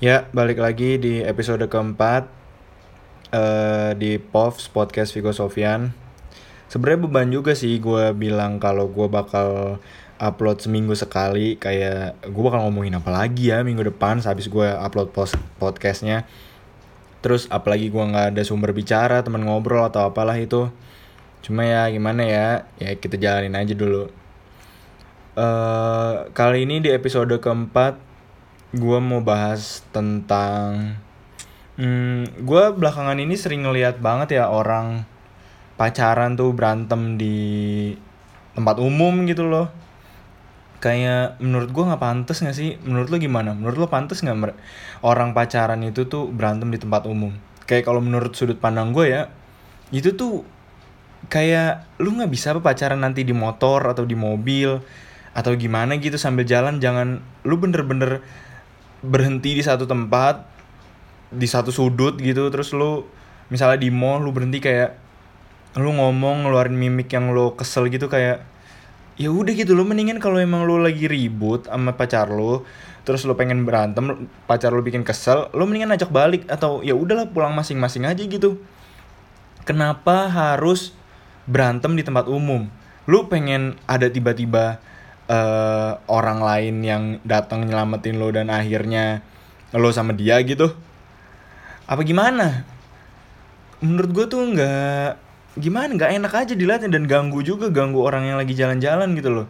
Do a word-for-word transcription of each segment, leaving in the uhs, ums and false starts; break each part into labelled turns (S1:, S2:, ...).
S1: Ya, balik lagi di episode keempat eh di P O V Podcast Vigo Sofyan. Sebenarnya beban juga sih gue bilang kalau gue bakal upload seminggu sekali. Kayak gue bakal ngomongin apa lagi ya minggu depan sehabis gue upload post podcastnya. Terus apalagi gue nggak ada sumber bicara, teman ngobrol atau apalah itu. Cuma ya gimana ya, ya kita jalanin aja dulu. eh Kali ini di episode keempat gue mau bahas tentang Hmm, gue belakangan ini sering ngeliat banget ya orang pacaran tuh berantem di tempat umum gitu loh. Kayak menurut gue nggak pantas nggak sih? Menurut lo gimana? Menurut lo pantas nggak mer- orang pacaran itu tuh berantem di tempat umum? Kayak kalau menurut sudut pandang gue ya, itu tuh kayak lu nggak bisa apa pacaran nanti di motor atau di mobil atau gimana gitu sambil jalan. Jangan lu bener-bener berhenti di satu tempat, di satu sudut gitu, terus lu misalnya di mall lu berhenti, kayak lu ngomong ngeluarin mimik yang lu kesel gitu. Kayak ya udah gitu, lu mendingan kalau emang lu lagi ribut sama pacar lu terus lu pengen berantem, pacar lu bikin kesel, lu mendingan ajak balik atau ya udahlah pulang masing-masing aja gitu. Kenapa harus berantem di tempat umum? Lu pengen ada tiba-tiba eh, orang lain yang datang nyelamatin lo dan akhirnya lo sama dia gitu? Apa gimana? Menurut gue tuh nggak, gimana, nggak enak aja dilihatnya dan ganggu juga, ganggu orang yang lagi jalan-jalan gitu loh.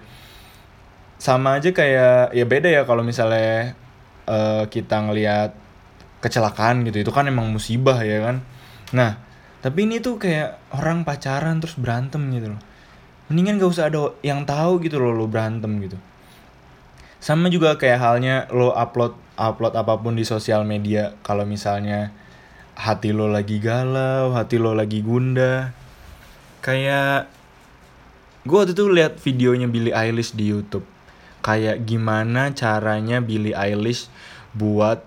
S1: Sama aja kayak, ya beda ya kalau misalnya eh, kita ngelihat kecelakaan gitu, itu kan emang musibah ya kan. Nah tapi ini tuh kayak orang pacaran terus berantem gitu loh. Mendingan gak usah ada yang tahu gitu loh lo berantem gitu. Sama juga kayak halnya lo upload upload apapun di sosial media, kalau misalnya hati lo lagi galau, hati lo lagi gundah. Kayak gue waktu itu lihat videonya Billie Eilish di YouTube. Kayak gimana caranya Billie Eilish buat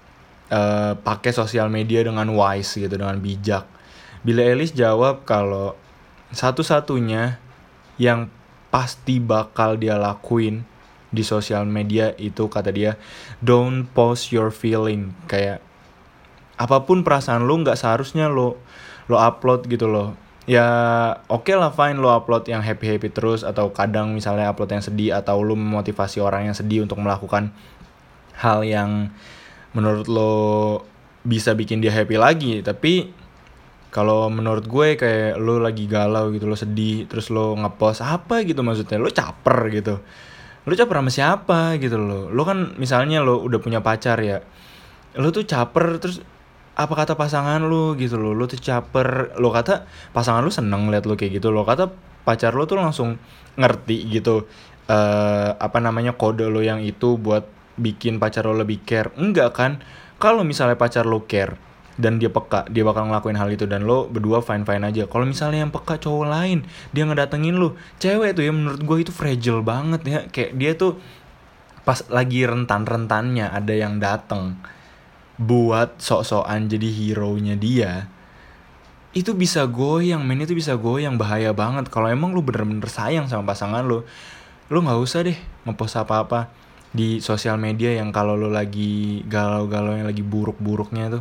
S1: uh, pakai sosial media dengan wise gitu, dengan bijak. Billie Eilish jawab kalau satu-satunya yang pasti bakal dia lakuin di sosial media itu, kata dia, don't post your feeling. Kayak apapun perasaan lo nggak seharusnya lo lo upload gitu loh. Ya oke okay lah, fine lo upload yang happy happy terus, atau kadang misalnya upload yang sedih, atau lo memotivasi orang yang sedih untuk melakukan hal yang menurut lo bisa bikin dia happy lagi. Tapi kalau menurut gue kayak lo lagi galau gitu, lo sedih, terus lo ngepost apa gitu, maksudnya lo caper gitu. Lo caper sama siapa gitu lo. Lo kan misalnya lo udah punya pacar ya, lo tuh caper, terus apa kata pasangan lo gitu lo. Lo tuh caper, lo kata pasangan lo seneng liat lo kayak gitu. Lo kata pacar lo tuh langsung ngerti gitu uh, apa namanya kode lo yang itu buat bikin pacar lo lebih care. Enggak kan? Kalau misalnya pacar lo care dan dia peka, dia bakal ngelakuin hal itu dan lo berdua fine fine aja. Kalau misalnya yang peka cowok lain, dia ngedatengin lo, cewek tuh ya menurut gue itu fragile banget ya. Kayak dia tuh pas lagi rentan-rentannya ada yang dateng buat sok-sokan jadi hero-nya dia, itu bisa goyang men, itu bisa goyang, bahaya banget. Kalau emang lu bener-bener sayang sama pasangan lu, lu nggak usah deh ngepost apa-apa di sosial media yang kalau lu lagi galau-galau, yang lagi buruk-buruknya tuh.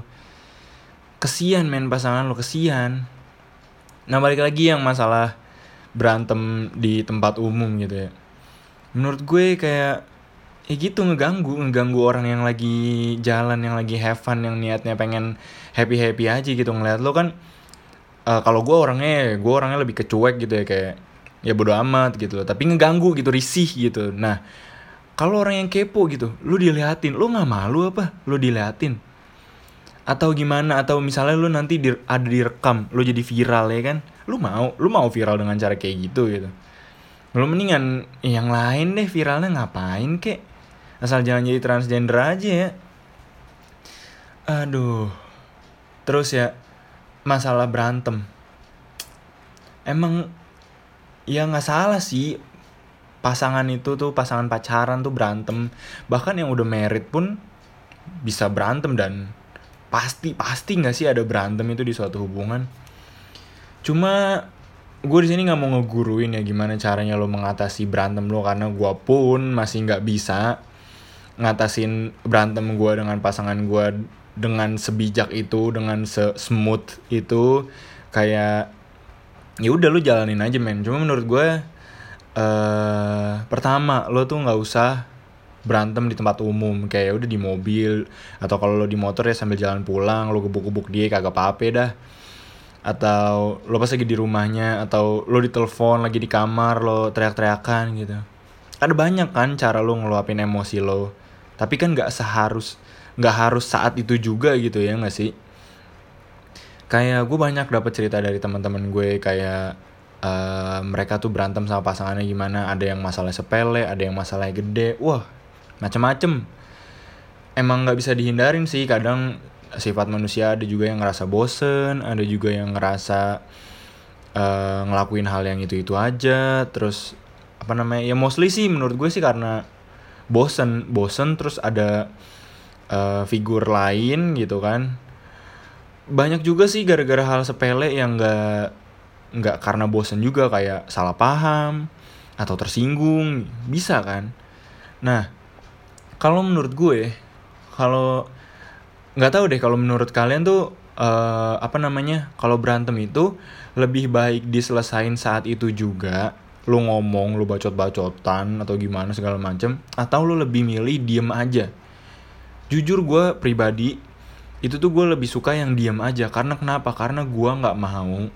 S1: Kesian men pasangan lu, kesian. Nah balik lagi yang masalah berantem di tempat umum gitu ya, menurut gue kayak ya gitu, ngeganggu ngeganggu orang yang lagi jalan, yang lagi have fun, yang niatnya pengen happy happy aja gitu. Ngeliat lo kan, uh, kalau gue orangnya gue orangnya lebih kecuek gitu ya, kayak ya bodo amat gitu loh, tapi ngeganggu gitu, risih gitu. Nah kalau orang yang kepo gitu, lu diliatin, lu nggak malu apa lu diliatin? Atau gimana? Atau misalnya lu nanti di, ada direkam, lu jadi viral ya kan? Lu mau, lu mau viral dengan cara kayak gitu gitu? Lu mendingan yang lain deh viralnya, ngapain kek? Asal jangan jadi transgender aja ya. Aduh. Terus ya masalah berantem, emang ya nggak salah sih pasangan itu tuh, pasangan pacaran tuh berantem. Bahkan yang udah married pun bisa berantem, dan pasti pasti nggak sih ada berantem itu di suatu hubungan. Cuma gue di sini nggak mau ngeguruin ya gimana caranya lo mengatasi berantem lo, karena gue pun masih nggak bisa. ngatasin berantem gue dengan pasangan gue dengan sebijak itu, dengan se-smooth itu. Kayak ya udah lu jalanin aja men. Cuma menurut gue uh, pertama lo tuh nggak usah berantem di tempat umum, kayak ya udah di mobil, atau kalau lo di motor ya sambil jalan pulang lo gebuk-gebuk dia kagak apa-apa dah. Atau lo pas lagi di rumahnya, atau lo ditelepon lagi di kamar lo teriak-teriakan gitu. Ada banyak kan cara lo ngeluapin emosi lo, tapi kan nggak seharus nggak harus saat itu juga gitu ya nggak sih. Kayak gue banyak dapat cerita dari teman-teman gue, kayak uh, mereka tuh berantem sama pasangannya gimana. Ada yang masalah sepele, ada yang masalahnya gede, wah macem-macem. Emang nggak bisa dihindarin sih, kadang sifat manusia ada juga yang ngerasa bosen, ada juga yang ngerasa uh, ngelakuin hal yang itu-itu aja. Terus apa namanya, ya mostly sih menurut gue sih karena bosen, bosen terus ada uh, figur lain gitu kan. Banyak juga sih gara-gara hal sepele yang nggak nggak karena bosen juga, kayak salah paham atau tersinggung, bisa kan. Nah kalau menurut gue, kalau nggak tahu deh kalau menurut kalian tuh uh, apa namanya, kalau berantem itu lebih baik diselesain saat itu juga, lu ngomong, lu bacot-bacotan atau gimana segala macem, atau lu lebih milih diem aja. Jujur gue pribadi itu tuh gue lebih suka yang diem aja. Karena kenapa? Karena gue nggak mau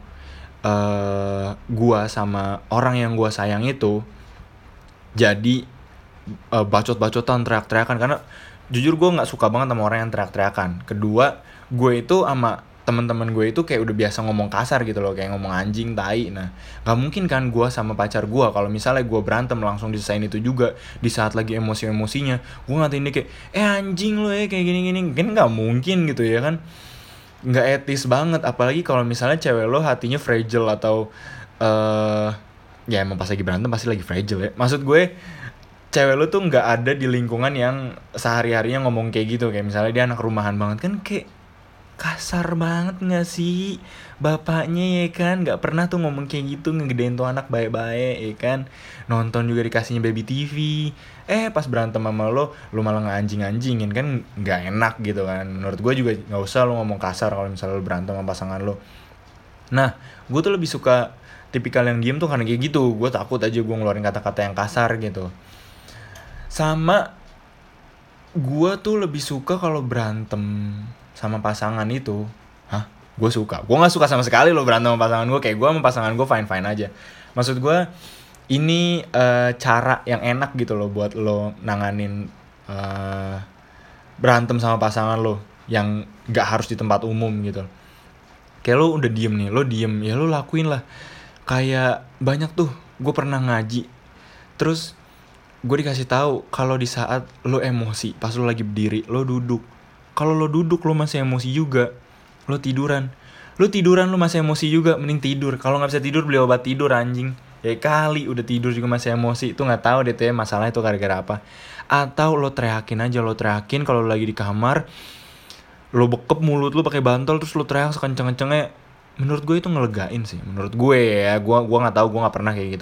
S1: uh, gue sama orang yang gue sayang itu jadi uh, bacot-bacotan, teriak-teriakan. Karena jujur gue nggak suka banget sama orang yang teriak-teriakan. Kedua, gue itu sama teman-teman gue itu kayak udah biasa ngomong kasar gitu loh, kayak ngomong anjing, tai. Nah nggak mungkin kan gue sama pacar gue kalau misalnya gue berantem langsung diselesain itu juga di saat lagi emosi-emosinya. Gue ngatain dia kayak eh anjing lo ya kayak gini-gini, kan nggak mungkin gitu ya kan. Nggak etis banget, apalagi kalau misalnya cewek lo hatinya fragile atau uh, ya emang pas lagi berantem pasti lagi fragile ya. Maksud gue cewek lo tuh nggak ada di lingkungan yang sehari-harinya ngomong kayak gitu. Kayak misalnya dia anak rumahan banget kan, kayak kasar banget gak sih bapaknya ya kan. Gak pernah tuh ngomong kayak gitu, ngegedein tuh anak baik-baik ya kan. Nonton juga dikasihnya baby T V, eh pas berantem sama lo lo malah nge-anjing-anjingin kan, gak enak gitu kan. Menurut gue juga gak usah lo ngomong kasar kalau misalnya lo berantem sama pasangan lo. Nah gue tuh lebih suka tipikal yang diem tuh karena kayak gitu. Gue takut aja gue ngeluarin kata-kata yang kasar gitu. Sama gue tuh lebih suka kalau berantem sama pasangan itu, hah? Gue suka. Gue nggak suka sama sekali lo berantem sama pasangan gue. Kayak gue sama pasangan gue fine fine aja. Maksud gue ini uh, cara yang enak gitu loh buat lo nanganin uh, berantem sama pasangan lo yang nggak harus di tempat umum gitu. Kayak lo udah diem nih, lo diem ya lo lakuin lah. Kayak banyak tuh gue pernah ngaji, terus gue dikasih tahu kalau di saat lo emosi pas lo lagi berdiri lo duduk. Kalau lo duduk lo masih emosi juga, lo tiduran. Lo tiduran lo masih emosi juga, mending tidur. Kalau nggak bisa tidur beli obat tidur anjing. Ya kali udah tidur juga masih emosi, itu nggak tahu deh tuh ya masalah itu gara-gara apa. Atau lo teriakin aja, lo teriakin kalau lo lagi di kamar, lo bekep mulut lo pakai bantal terus lo teriak sekenceng-kencengnya. Menurut gue itu ngelegain sih, menurut gue ya. Gue gue nggak tahu, gue nggak pernah kayak gitu.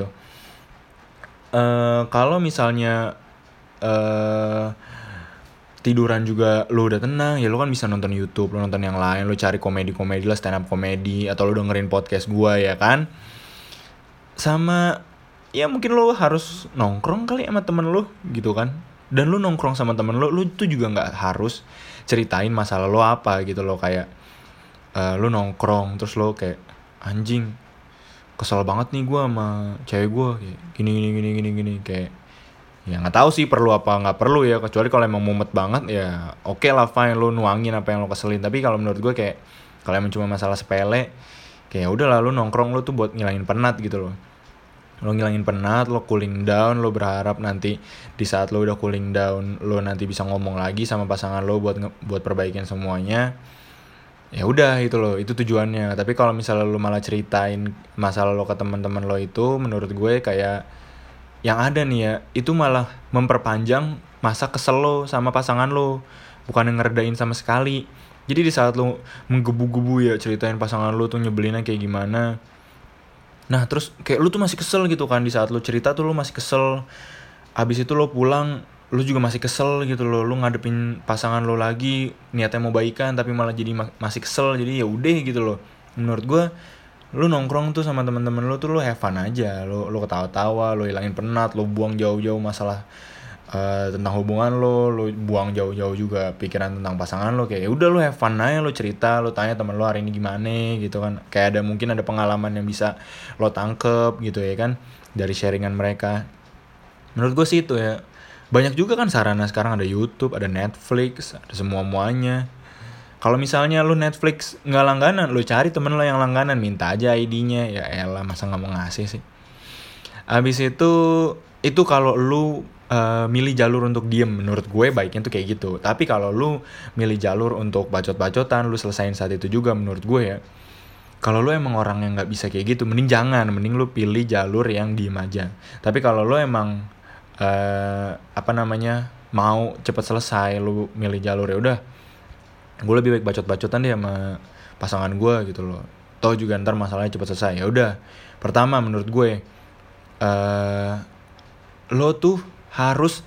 S1: Uh, kalau misalnya uh, tiduran juga lo udah tenang, ya lo kan bisa nonton YouTube, lo nonton yang lain, lo cari komedi-komedi lah, stand up komedi, atau lo dengerin podcast gue ya kan. Sama ya mungkin lo harus nongkrong kali sama temen lo gitu kan. Dan lo nongkrong sama temen lo, lo tuh juga nggak harus ceritain masalah lo apa gitu lo. Kayak uh, lo nongkrong terus lo kayak anjing kesel banget nih gue sama cewek gue kayak gini gini gini gini gini kayak ya nggak tahu sih perlu apa nggak perlu ya, kecuali kalau emang mumet banget ya oke okay lah fine lo nuangin apa yang lo keselin. Tapi kalau menurut gue kayak kalau emang cuma masalah sepele kayak udah lah lo nongkrong lo tuh buat ngilangin penat gitu loh. Lo ngilangin penat, lo cooling down, lo berharap nanti di saat lo udah cooling down lo nanti bisa ngomong lagi sama pasangan lo buat buat perbaikin semuanya. Ya udah itu loh, itu tujuannya. Tapi kalau misalnya lo malah ceritain masalah lo ke teman-teman lo, itu menurut gue kayak yang ada nih ya, itu malah memperpanjang masa kesel lo sama pasangan lo, bukan yang ngeredain sama sekali. Jadi di saat lo menggebu-gebu ya ceritain pasangan lo tuh nyebelinnya kayak gimana, nah terus kayak lo tuh masih kesel gitu kan, di saat lo cerita tuh lo masih kesel. Abis itu lo pulang lu juga masih kesel gitu loh, lu ngadepin pasangan lo lagi niatnya mau baikan tapi malah jadi ma- masih kesel, jadi ya udah gitu loh. Menurut gue lu nongkrong tuh sama teman-teman lu tuh lu have fun aja, lu lu ketawa-tawa, lu hilangin penat, lu buang jauh-jauh masalah eh, tentang hubungan lo, lu buang jauh-jauh juga pikiran tentang pasangan lo, kayak ya udah lu have fun aja, lu cerita, lu tanya temen lo hari ini gimana gitu kan, kayak ada mungkin ada pengalaman yang bisa lo tangkep gitu ya kan dari sharingan mereka. Menurut gue sih itu ya. Banyak juga kan sarana sekarang, ada YouTube, ada Netflix, ada semua muanya. Kalau misalnya lu Netflix nggak langganan, lu cari temen lo yang langganan, minta aja I D-nya. Ya elah, masa nggak mau ngasih sih. Abis itu, itu kalau lu uh, milih jalur untuk diem, menurut gue baiknya tuh kayak gitu. Tapi kalau lu milih jalur untuk bacot-bacotan, lu selesain saat itu juga, menurut gue ya. Kalau lu emang orang yang nggak bisa kayak gitu, mending jangan, mending lu pilih jalur yang diem aja. Tapi kalau lu emang uh, apa namanya mau cepet selesai, lu milih jalur ya udah, gue lebih baik bacot-bacotan deh sama pasangan gue gitu loh. Toh juga ntar masalahnya cepet selesai. Ya udah, pertama menurut gue uh, lo tuh harus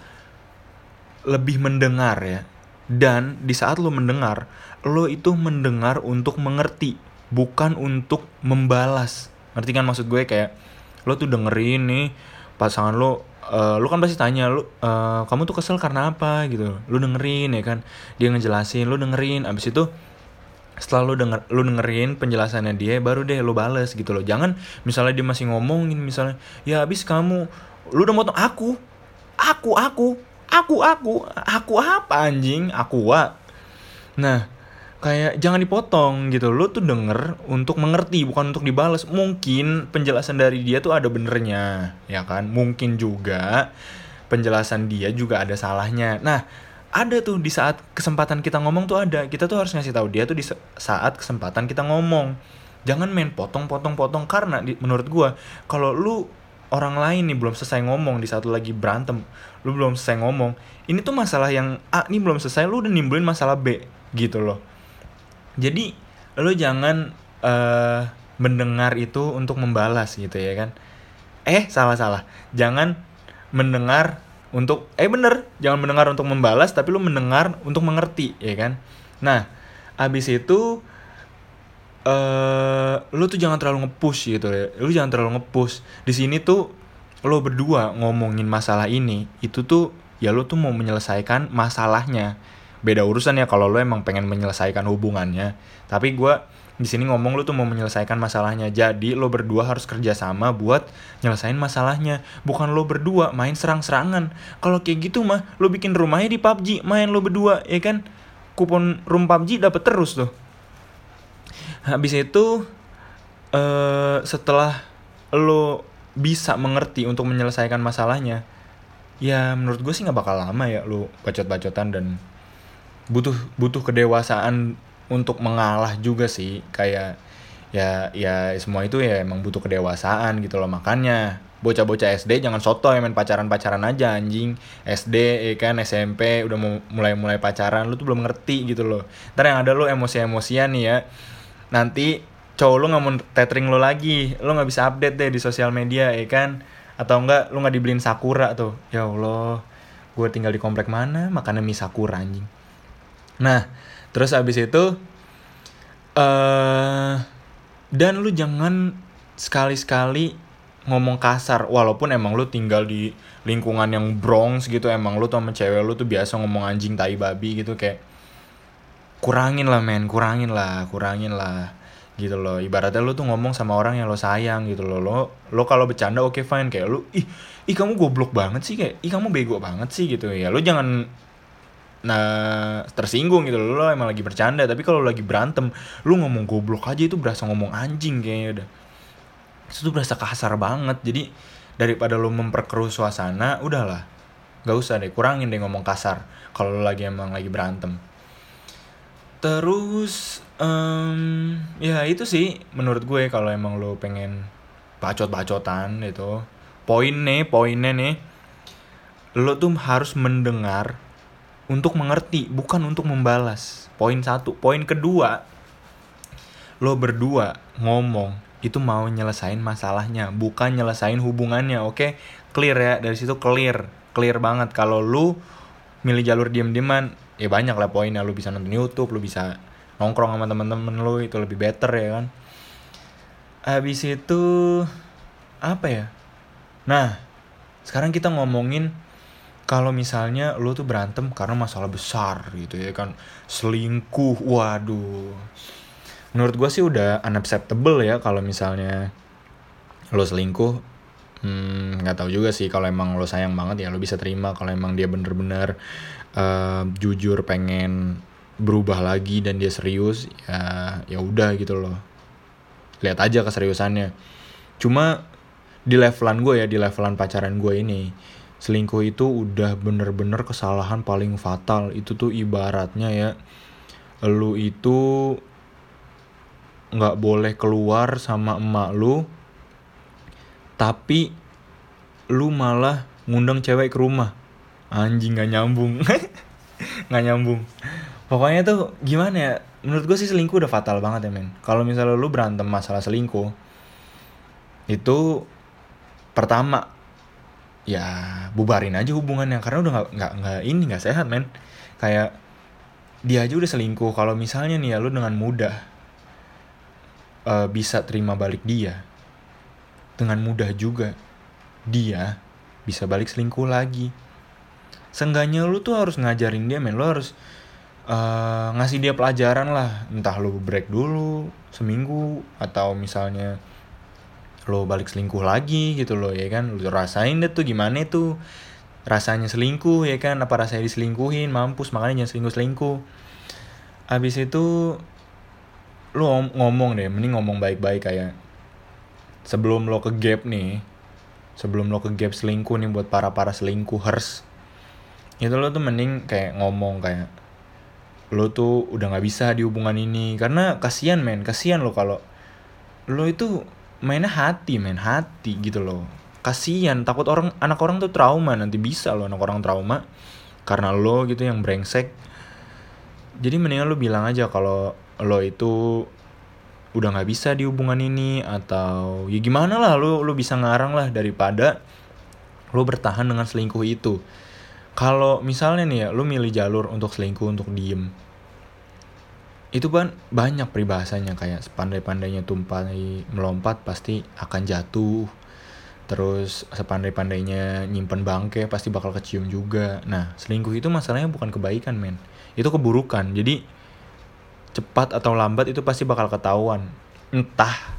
S1: lebih mendengar ya. Dan di saat lo mendengar, lo itu mendengar untuk mengerti, bukan untuk membalas. Ngerti kan maksud gue? Kayak lo tuh dengerin nih pasangan lo, uh, lo kan pasti tanya lo, uh, kamu tuh kesel karena apa gitu. Lo dengerin ya kan, dia ngejelasin, lo dengerin. Abis itu setelah lo denger, lo dengerin penjelasannya dia, baru deh lo bales gitu loh. Jangan misalnya dia masih ngomongin misalnya, ya abis kamu, lo udah motong aku, aku, aku, aku, aku, aku apa anjing, aku wa. Nah, kayak jangan dipotong gitu. Lo tuh denger untuk mengerti, bukan untuk dibalas. Mungkin penjelasan dari dia tuh ada benernya, ya kan? Mungkin juga penjelasan dia juga ada salahnya. Nah, ada tuh di saat kesempatan kita ngomong tuh ada. Kita tuh harus ngasih tahu dia tuh di saat kesempatan kita ngomong. Jangan main potong-potong-potong, karena di, menurut gua kalau lu orang lain nih belum selesai ngomong di saat lu lagi berantem, lu belum selesai ngomong, ini tuh masalah yang A nih belum selesai, lu udah nimbulin masalah B gitu loh. Jadi lu jangan uh, mendengar itu untuk membalas gitu ya kan. Eh salah salah. Jangan mendengar untuk eh bener, jangan mendengar untuk membalas, tapi lu mendengar untuk mengerti ya kan. Nah, abis itu uh, lu tuh jangan terlalu nge-push gitu ya. Lu jangan terlalu nge-push. Di sini tuh lu berdua ngomongin masalah ini, itu tuh ya lu tuh mau menyelesaikan masalahnya. Beda urusan ya kalau lu emang pengen menyelesaikan hubungannya. Tapi gue di sini ngomong lu tuh mau menyelesaikan masalahnya. Jadi lo berdua harus kerjasama buat nyelesain masalahnya. Bukan lo berdua main serang-serangan. Kalau kayak gitu mah lo bikin rumahnya di P U B G, main lo berdua ya kan. Kupon room P U B G dapet terus tuh. Habis itu uh, setelah lo bisa mengerti untuk menyelesaikan masalahnya, ya menurut gue sih nggak bakal lama ya lo bacot-bacotan, dan butuh butuh kedewasaan untuk mengalah juga sih. Kayak ya ya semua itu ya emang butuh kedewasaan gitu loh. Makanya bocah-bocah S D jangan sotoy main pacaran-pacaran aja anjing. S D ya kan, S M P udah mau mulai-mulai pacaran, lu tuh belum ngerti gitu loh. Ntar yang ada lu emosi-emosian nih ya, nanti cowok lu nggak mau tethering lu lagi, lu nggak bisa update deh di sosial media ya kan. Atau enggak lu nggak dibeliin Sakura tuh, ya Allah, gue tinggal di komplek mana makannya mie Sakura anjing. Nah, terus abis itu uh, dan lu jangan sekali-sekali ngomong kasar. Walaupun emang lu tinggal di lingkungan yang Bronx gitu, emang lu tuh sama cewek lu tuh biasa ngomong anjing tai babi gitu, kayak kurangin lah men, kurangin lah, kurangin lah gitu loh. Ibaratnya lu tuh ngomong sama orang yang lo sayang gitu loh. Lo lo kalau bercanda oke okay, fine, kayak lu ih ih kamu goblok banget sih, kayak ih kamu bego banget sih gitu ya. Lo jangan nah tersinggung gitu loh, lo emang lagi bercanda. Tapi kalau lagi berantem lu ngomong goblok aja, itu berasa ngomong anjing kayaknya. Udah itu tuh berasa kasar banget. Jadi daripada lo memperkeruh suasana, udahlah gak usah deh, kurangin deh ngomong kasar kalau lo lagi emang lagi berantem. Terus um, ya itu sih menurut gue kalau emang lo pengen bacot-bacotan itu. Poin nih, poinnya nih, lo tuh harus mendengar untuk mengerti, bukan untuk membalas. Poin satu. Poin kedua, lo berdua ngomong itu mau nyelesain masalahnya, bukan nyelesain hubungannya. Oke, clear ya, dari situ clear. clear banget. Kalau lu milih jalur diem-dieman, ya banyak lah poinnya. Lu bisa nonton YouTube, lu bisa nongkrong sama temen-temen lu, itu lebih better ya kan. Habis itu apa ya? Nah, sekarang kita ngomongin kalau misalnya lu tuh berantem karena masalah besar gitu ya kan, selingkuh. Waduh, menurut gue sih udah unacceptable ya kalau misalnya lo selingkuh. Hmm, nggak tahu juga sih, kalau emang lo sayang banget ya lo bisa terima. Kalau emang dia bener-bener uh, jujur pengen berubah lagi dan dia serius, ya ya udah gitu loh. Lihat aja keseriusannya. Cuma di levelan gue ya, di levelan pacaran gue ini, selingkuh itu udah bener-bener kesalahan paling fatal. Itu tuh ibaratnya ya, lu itu nggak boleh keluar sama emak lu, tapi lu malah ngundang cewek ke rumah. Anjing, nggak nyambung. Nggak nyambung. Pokoknya tuh gimana ya, menurut gue sih selingkuh udah fatal banget ya men. Kalau misalnya lu berantem masalah selingkuh, itu pertama ya bubarin aja hubungannya, karena udah nggak nggak nggak ini nggak sehat men. Kayak dia aja udah selingkuh, kalau misalnya nih ya lu dengan mudah uh, bisa terima balik dia, dengan mudah juga dia bisa balik selingkuh lagi. Seenggaknya lu tuh harus ngajarin dia men. Lu harus uh, ngasih dia pelajaran lah. Entah lu break dulu seminggu, atau misalnya lo balik selingkuh lagi gitu loh ya kan. Lu rasain deh tuh gimana tuh rasanya selingkuh ya kan. Apa rasanya diselingkuhin, mampus. Makanya jangan selingkuh-selingkuh. Abis itu lu ngomong deh, mending ngomong baik-baik. Kayak sebelum lo ke gap nih, sebelum lo ke gap selingkuh nih, buat para-para selingkuhers, itu lo tuh mending kayak ngomong kayak lo tuh udah nggak bisa di hubungan ini. Karena kasian men, kasian lo kalau lo itu mainnya hati men, hati gitu loh. Kasian, takut orang, anak orang tuh trauma nanti. Bisa lo anak orang trauma karena lo gitu yang brengsek. Jadi mendingan lo bilang aja kalau lo itu udah nggak bisa di hubungan ini, atau ya gimana lah, lo lo bisa ngarang lah, daripada lo bertahan dengan selingkuh itu. Kalau misalnya nih ya, lu milih jalur untuk selingkuh, untuk diem, itu kan banyak peribahasanya. Kayak sepandai-pandainya tumpai melompat pasti akan jatuh. Terus sepandai-pandainya nyimpen bangke pasti bakal kecium juga. Nah, selingkuh itu masalahnya bukan kebaikan men, itu keburukan. Jadi cepat atau lambat itu pasti bakal ketahuan. Entah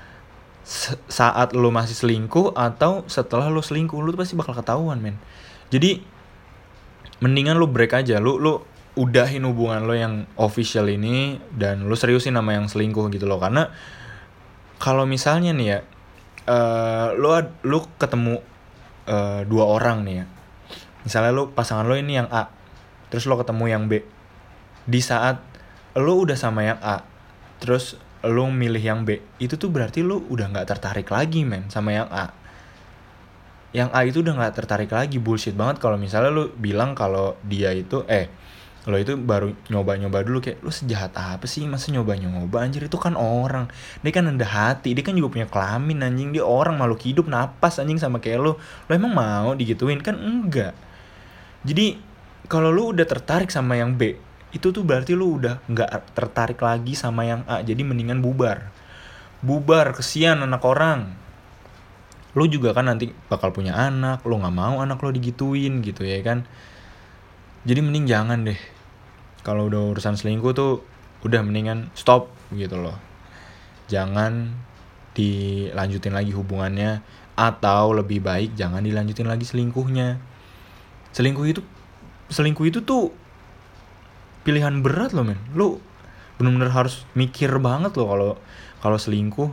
S1: saat lu masih selingkuh atau setelah lu selingkuh, lu pasti bakal ketahuan men. Jadi mendingan lu break aja, lu lu udahin hubungan lo yang official ini, dan lu seriusin sama yang selingkuh gitu loh. Karena kalau misalnya nih ya, uh, lu lu ketemu uh, dua orang nih ya, misalnya lu pasangan lo ini yang A, terus lo ketemu yang B. Di saat lu udah sama yang A, terus lu milih yang B, itu tuh berarti lu udah nggak tertarik lagi men sama yang A. Yang A itu udah gak tertarik lagi. Bullshit banget kalau misalnya lu bilang kalau dia itu Eh lo itu baru nyoba-nyoba dulu. Kayak lu sejahat apa sih masa nyoba-nyoba, anjir. Itu kan orang, dia kan ada hati, dia kan juga punya kelamin anjing. Dia orang, makhluk hidup, napas anjing sama kayak lu. Lo emang mau digituin? Kan enggak. Jadi kalau lu udah tertarik sama yang B, itu tuh berarti lu udah gak tertarik lagi sama yang A. Jadi mendingan bubar. Bubar, kesian anak orang. Lu juga kan nanti bakal punya anak, lu gak mau anak lu digituin gitu ya kan. Jadi mending jangan deh. Kalau udah urusan selingkuh tuh udah mendingan stop gitu loh. Jangan dilanjutin lagi hubungannya, atau lebih baik jangan dilanjutin lagi selingkuhnya. Selingkuh itu Selingkuh itu tuh pilihan berat loh men. Lu bener-bener harus mikir banget loh kalau kalau selingkuh.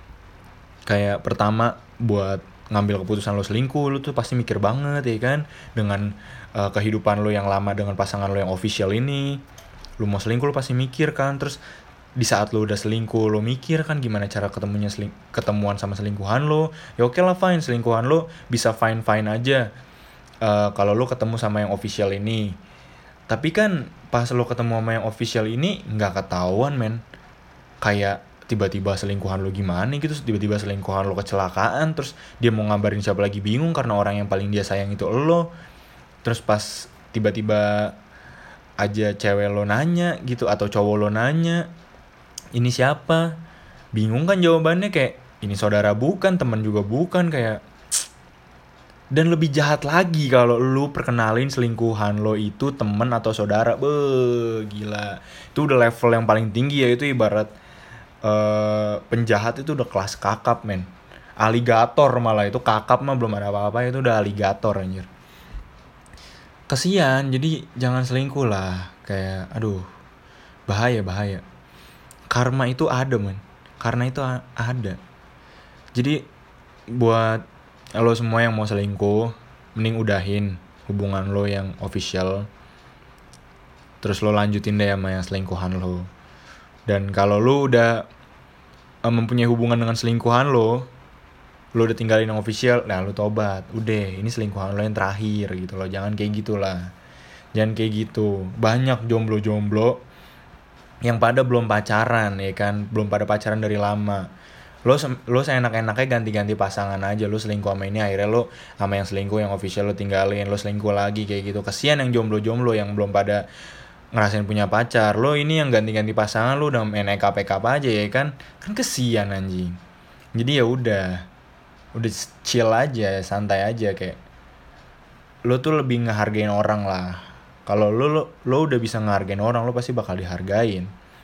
S1: Kayak pertama, buat ngambil keputusan lo selingkuh, lo tuh pasti mikir banget ya kan. Dengan uh, kehidupan lo yang lama dengan pasangan lo yang official ini, lo mau selingkuh lo pasti mikir kan. Terus di saat lo udah selingkuh, lo mikir kan gimana cara ketemunya seling- ketemuan sama selingkuhan lo. Ya oke lah fine, selingkuhan lo bisa fine-fine aja uh, kalau lo ketemu sama yang official ini. Tapi kan pas lo ketemu sama yang official ini nggak ketahuan men. Kayak tiba-tiba selingkuhan lo gimana gitu, tiba-tiba selingkuhan lo kecelakaan, terus dia mau ngabarin siapa lagi bingung karena orang yang paling dia sayang itu lo. Terus pas tiba-tiba aja cewek lo nanya gitu atau cowok lo nanya, ini siapa? Bingung kan jawabannya, kayak ini saudara bukan, teman juga bukan, kayak. Dan lebih jahat lagi kalau lu perkenalin selingkuhan lo itu temen atau saudara. Beuh, gila. Itu udah level yang paling tinggi ya, itu ibarat uh, penjahat itu udah kelas kakap, men. Aligator malah, itu kakap mah belum ada apa-apa, itu udah aligator anjir. Kesian, jadi jangan selingkuh lah. Kayak aduh, bahaya bahaya. Karma itu ada, men. Karena itu a- ada. Jadi buat lo semua yang mau selingkuh, mending udahin hubungan lo yang official, terus lo lanjutin deh sama yang selingkuhan lo. Dan kalau lo udah uh, mempunyai hubungan dengan selingkuhan lo, lo udah tinggalin yang official, nah lo tobat, udah ini selingkuhan lo yang terakhir gitu lo. Jangan kayak gitulah, jangan kayak gitu. Banyak jomblo-jomblo yang pada belum pacaran ya kan, belum pada pacaran dari lama. Lo lo seenak-enaknya ganti-ganti pasangan aja. Lo selingkuh sama ini, akhirnya lo sama yang selingkuh yang official lo tinggalin, lo selingkuh lagi kayak gitu. Kasian yang jomblo-jomblo yang belum pada ngerasain punya pacar. Lo ini yang ganti-ganti pasangan, lo udah main K P K aja ya kan. Kan kasian anjing. Jadi ya udah udah chill aja, santai aja, kayak lo tuh lebih ngehargain orang lah. Kalau lo, lo lo udah bisa ngehargain orang, lo pasti bakal dihargain.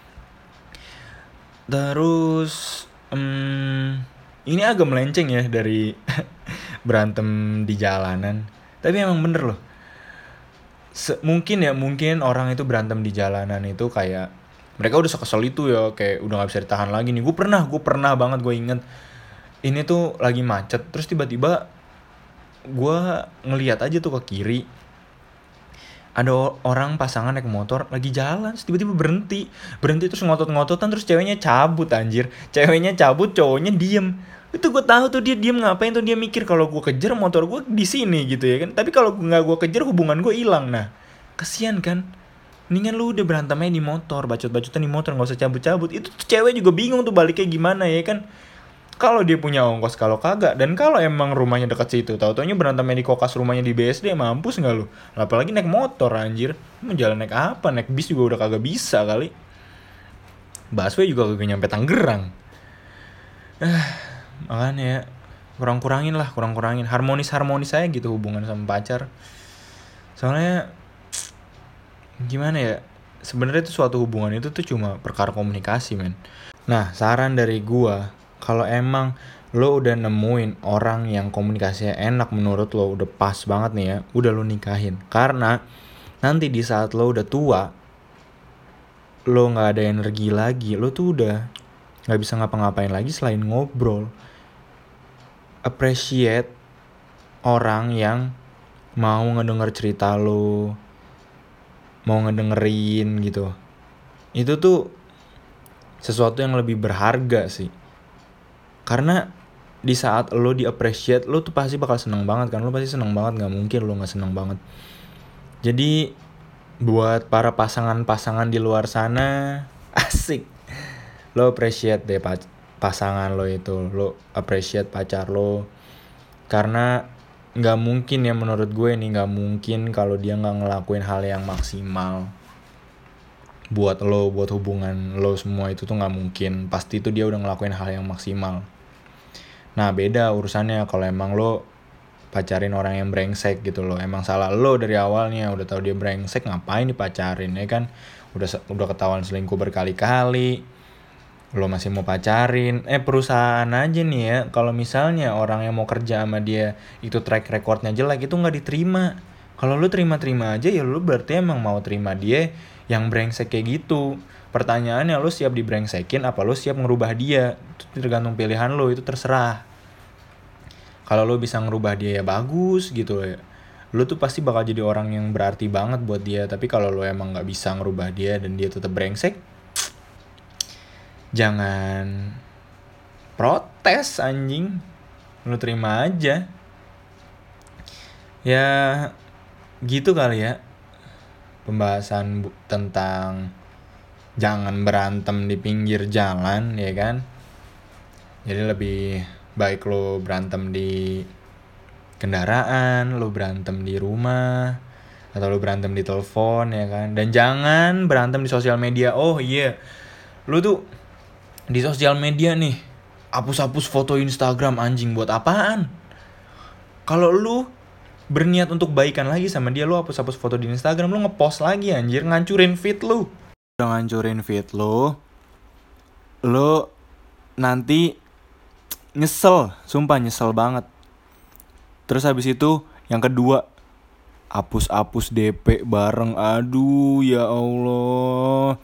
S1: Terus Hmm, ini agak melenceng ya dari berantem di jalanan. Tapi emang bener loh. Se- mungkin ya, mungkin orang itu berantem di jalanan itu kayak mereka udah sekesel itu ya, kayak udah nggak bisa ditahan lagi nih. Gue pernah, gue pernah banget, gue inget. Ini tuh lagi macet, terus tiba-tiba gue ngelihat aja tuh ke kiri, ada orang pasangan naik motor lagi jalan, tiba-tiba berhenti berhenti terus ngotot-ngototan, terus ceweknya cabut anjir. Ceweknya cabut, cowoknya diem. Itu gue tahu tuh dia diem ngapain tuh, dia mikir kalau gue kejar motor gue di sini gitu ya kan, tapi kalau nggak gue kejar hubungan gue hilang. Nah kesian kan, mendingan lu udah berantemnya di motor, bacot-bacotan di motor, nggak usah cabut-cabut. Itu tuh cewek juga bingung tuh baliknya gimana ya kan, kalau dia punya ongkos, kalau kagak. Dan kalau emang rumahnya dekat situ, tau-taunya berantemnya di kokas rumahnya di B S D, mampus nggak lu? Apalagi naik motor anjir, mau jalan naik apa? Naik bis juga udah kagak bisa kali. Busway juga kagak nyampe Tangerang. Eh, makanya ya, kurang-kurangin lah, kurang-kurangin, harmonis-harmonis aja gitu hubungan sama pacar. Soalnya gimana ya, sebenarnya itu suatu hubungan itu tuh cuma perkara komunikasi, men. Nah, saran dari gua, kalau emang lo udah nemuin orang yang komunikasinya enak menurut lo, udah pas banget nih ya, udah lo nikahin. Karena nanti di saat lo udah tua, lo nggak ada energi lagi, lo tuh udah nggak bisa ngapa-ngapain lagi selain ngobrol. Appreciate orang yang mau ngedenger cerita lo, mau ngedengerin gitu. Itu tuh sesuatu yang lebih berharga sih. Karena di saat lo di appreciate, lo tuh pasti bakal seneng banget kan. Lo pasti seneng banget, gak mungkin lo gak seneng banget. Jadi buat para pasangan-pasangan di luar sana, asik, lo appreciate deh pac- pasangan lo itu. Lo appreciate pacar lo. Karena gak mungkin ya, menurut gue nih, gak mungkin kalau dia gak ngelakuin hal yang maksimal buat lo, buat hubungan lo semua itu tuh gak mungkin. Pasti tuh dia udah ngelakuin hal yang maksimal. Nah beda urusannya kalau emang lo pacarin orang yang brengsek gitu loh. Emang salah lo dari awalnya, udah tahu dia brengsek, ngapain dipacarin ya kan. Udah udah ketahuan selingkuh berkali-kali, lo masih mau pacarin. Eh perusahaan aja nih ya, kalau misalnya orang yang mau kerja sama dia itu track recordnya jelek, itu nggak diterima. Kalau lo terima-terima aja ya, lo berarti emang mau terima dia yang brengsek kayak gitu. Pertanyaannya, lo siap dibrengsekin apa lo siap ngerubah dia? Itu tergantung pilihan lo, itu terserah. Kalau lo bisa ngerubah dia ya bagus gitu ya, lo tuh pasti bakal jadi orang yang berarti banget buat dia. Tapi kalau lo emang nggak bisa ngerubah dia dan dia tetap brengsek, jangan protes anjing, lo terima aja. Ya gitu kali ya pembahasan bu- tentang jangan berantem di pinggir jalan, ya kan? Jadi lebih baik lo berantem di kendaraan, lo berantem di rumah, atau lo berantem di telepon, ya kan? Dan jangan berantem di sosial media. Oh iya, lo tuh di sosial media nih hapus-hapus foto Instagram, anjing, buat apaan? Kalau lu berniat untuk baikan lagi sama dia, lu hapus-hapus foto di Instagram, lu ngepost lagi, anjir, ngancurin feed lu. Udah ngancurin feed lu, lu nanti nyesel, sumpah nyesel banget. Terus habis itu yang kedua, hapus-hapus D P bareng. Aduh ya Allah,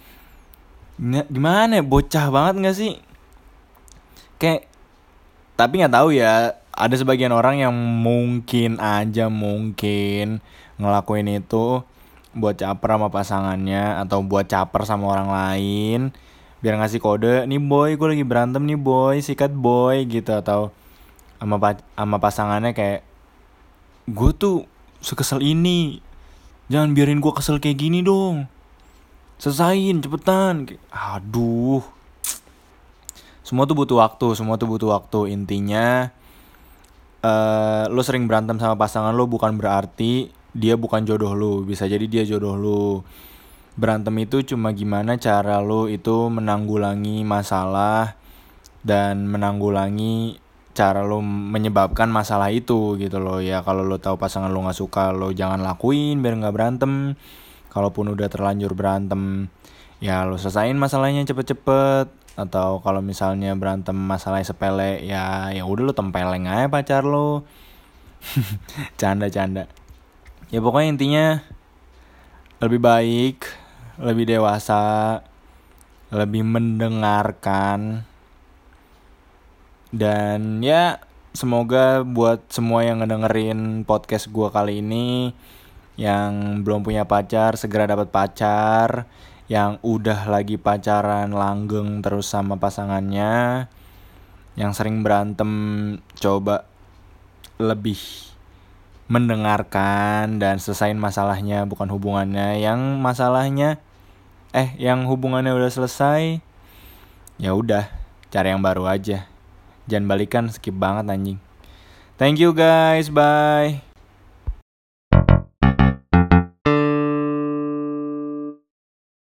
S1: gimana ya, bocah banget gak sih? Kayak, tapi nggak tahu ya, ada sebagian orang yang mungkin aja mungkin ngelakuin itu buat caper sama pasangannya atau buat caper sama orang lain, biar ngasih kode, nih boy, gue lagi berantem nih boy, sikat boy gitu. Atau sama pa- sama pasangannya kayak, gue tuh sekesel ini, jangan biarin gue kesel kayak gini dong, selesain cepetan. Aduh, semua tuh butuh waktu, semua tuh butuh waktu. Intinya, uh, lo sering berantem sama pasangan lo bukan berarti dia bukan jodoh lo. Bisa jadi dia jodoh lo. Berantem itu cuma gimana cara lo itu menanggulangi masalah dan menanggulangi cara lo menyebabkan masalah itu gitu loh. Ya kalau lo tahu pasangan lo nggak suka, lo jangan lakuin biar nggak berantem. Kalaupun udah terlanjur berantem, ya lo selesain masalahnya cepet-cepet. Atau kalau misalnya berantem masalahnya sepele, ya ya udah lo tempeleng aja pacar lo. Canda-canda. Ya pokoknya intinya lebih baik, lebih dewasa, lebih mendengarkan. Dan ya semoga buat semua yang ngedengerin podcast gue kali ini, yang belum punya pacar segera dapat pacar, yang udah lagi pacaran langgeng terus sama pasangannya, yang sering berantem coba lebih mendengarkan dan selesain masalahnya, bukan hubungannya. Yang masalahnya eh yang hubungannya udah selesai, ya udah cari yang baru aja. Jangan balikan, skip banget anjing. Thank you guys, bye.